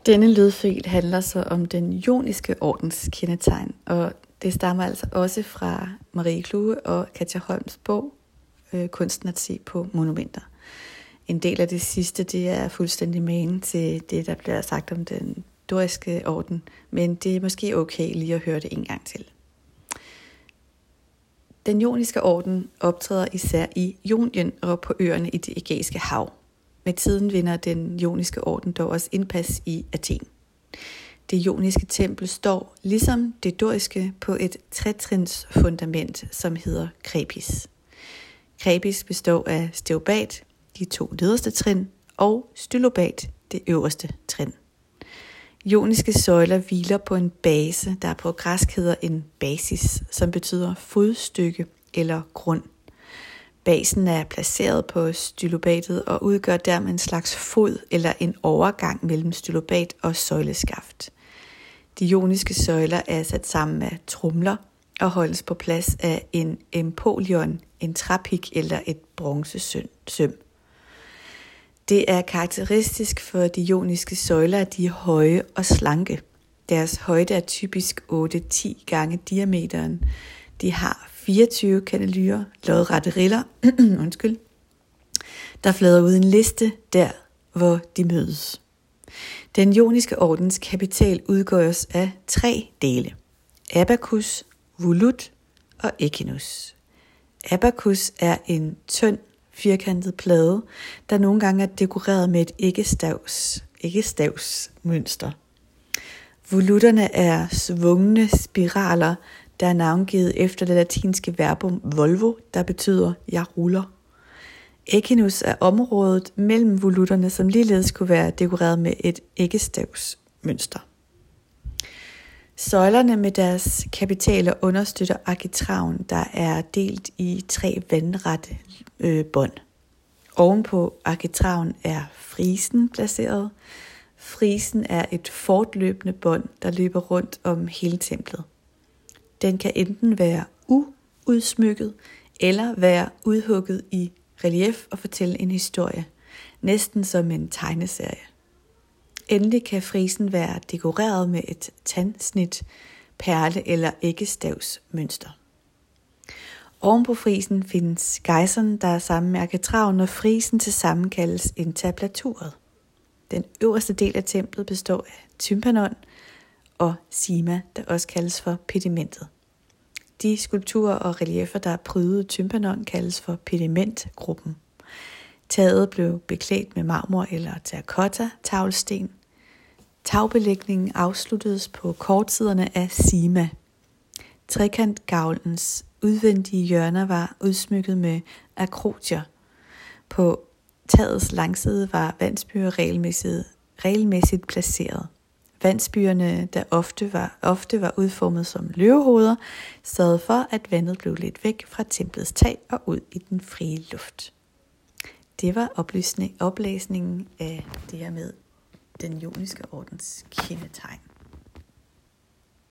Denne lydfil handler så om den joniske ordens kendetegn, og det stammer altså også fra Marie Klue og Katja Holms bog, Kunsten at se på monumenter. En del af det sidste, det er fuldstændig magen til det, der bliver sagt om den doriske orden, men det er måske okay lige at høre det en gang til. Den joniske orden optræder især i Jonien og på øerne i det Ægæiske hav. Med tiden vinder den joniske orden dog også indpas i Athen. Det joniske tempel står, ligesom det doriske, på et tretrins fundament, som hedder krepis. Krepis består af steobat, de 2 nederste trin, og stylobat, det øverste trin. Joniske søjler hviler på en base, der på græsk hedder en basis, som betyder fodstykke eller grund. Basen er placeret på stylobatet og udgør dermed en slags fod eller en overgang mellem stylobat og søjleskaft. De joniske søjler er sat sammen af tromler og holdes på plads af en empolion, en træpik eller et bronzesøm. Det er karakteristisk for de joniske søjler, at de er høje og slanke. Deres højde er typisk 8-10 gange diameteren. De har 24 kanyler, lodrette riller, der flader ud en liste der, hvor de mødes. Den joniske ordens kapital udgøres af 3 dele: abacus, volut og echinus. Abacus er en tynd, firkantet plade, der nogle gange er dekoreret med et æggestavsmønster. Volutterne er svungne spiraler, der er navngivet efter det latinske verbum volvo, der betyder jeg ruller. Echinus er området mellem volutterne, som ligeledes kunne være dekoreret med et æggestavsmønster. Søjlerne med deres kapitaler understøtter arkitraven, der er delt i 3 vandrette bånd. Ovenpå arkitraven er frisen placeret. Frisen er et fortløbende bånd, der løber rundt om hele templet. Den kan enten være uudsmykket eller være udhugget i relief og fortælle en historie, næsten som en tegneserie. Endelig kan frisen være dekoreret med et tandsnit, perle eller æggestavsmønster. Oven på frisen findes gejseren, der er sammen med arkitraven, og frisen tilsammen kaldes entablaturet. Den øverste del af templet består af tympanon og sima, der også kaldes for pedimentet. De skulpturer og reliefer, der er prydet tympanon, kaldes for pedimentgruppen. Taget blev beklædt med marmor eller terracotta tavlsten. Tagbelægningen afsluttedes på kortsiderne af sima. Trekantgavlens udvendige hjørner var udsmykket med akrotier. På tagets langside var vandspyer regelmæssigt placeret. Vandspyerne, der ofte var udformet som løvehoveder, sørgede for, at vandet blev lidt væk fra templets tag og ud i den frie luft. Det var oplæsningen af det her med den joniske ordens kendetegn.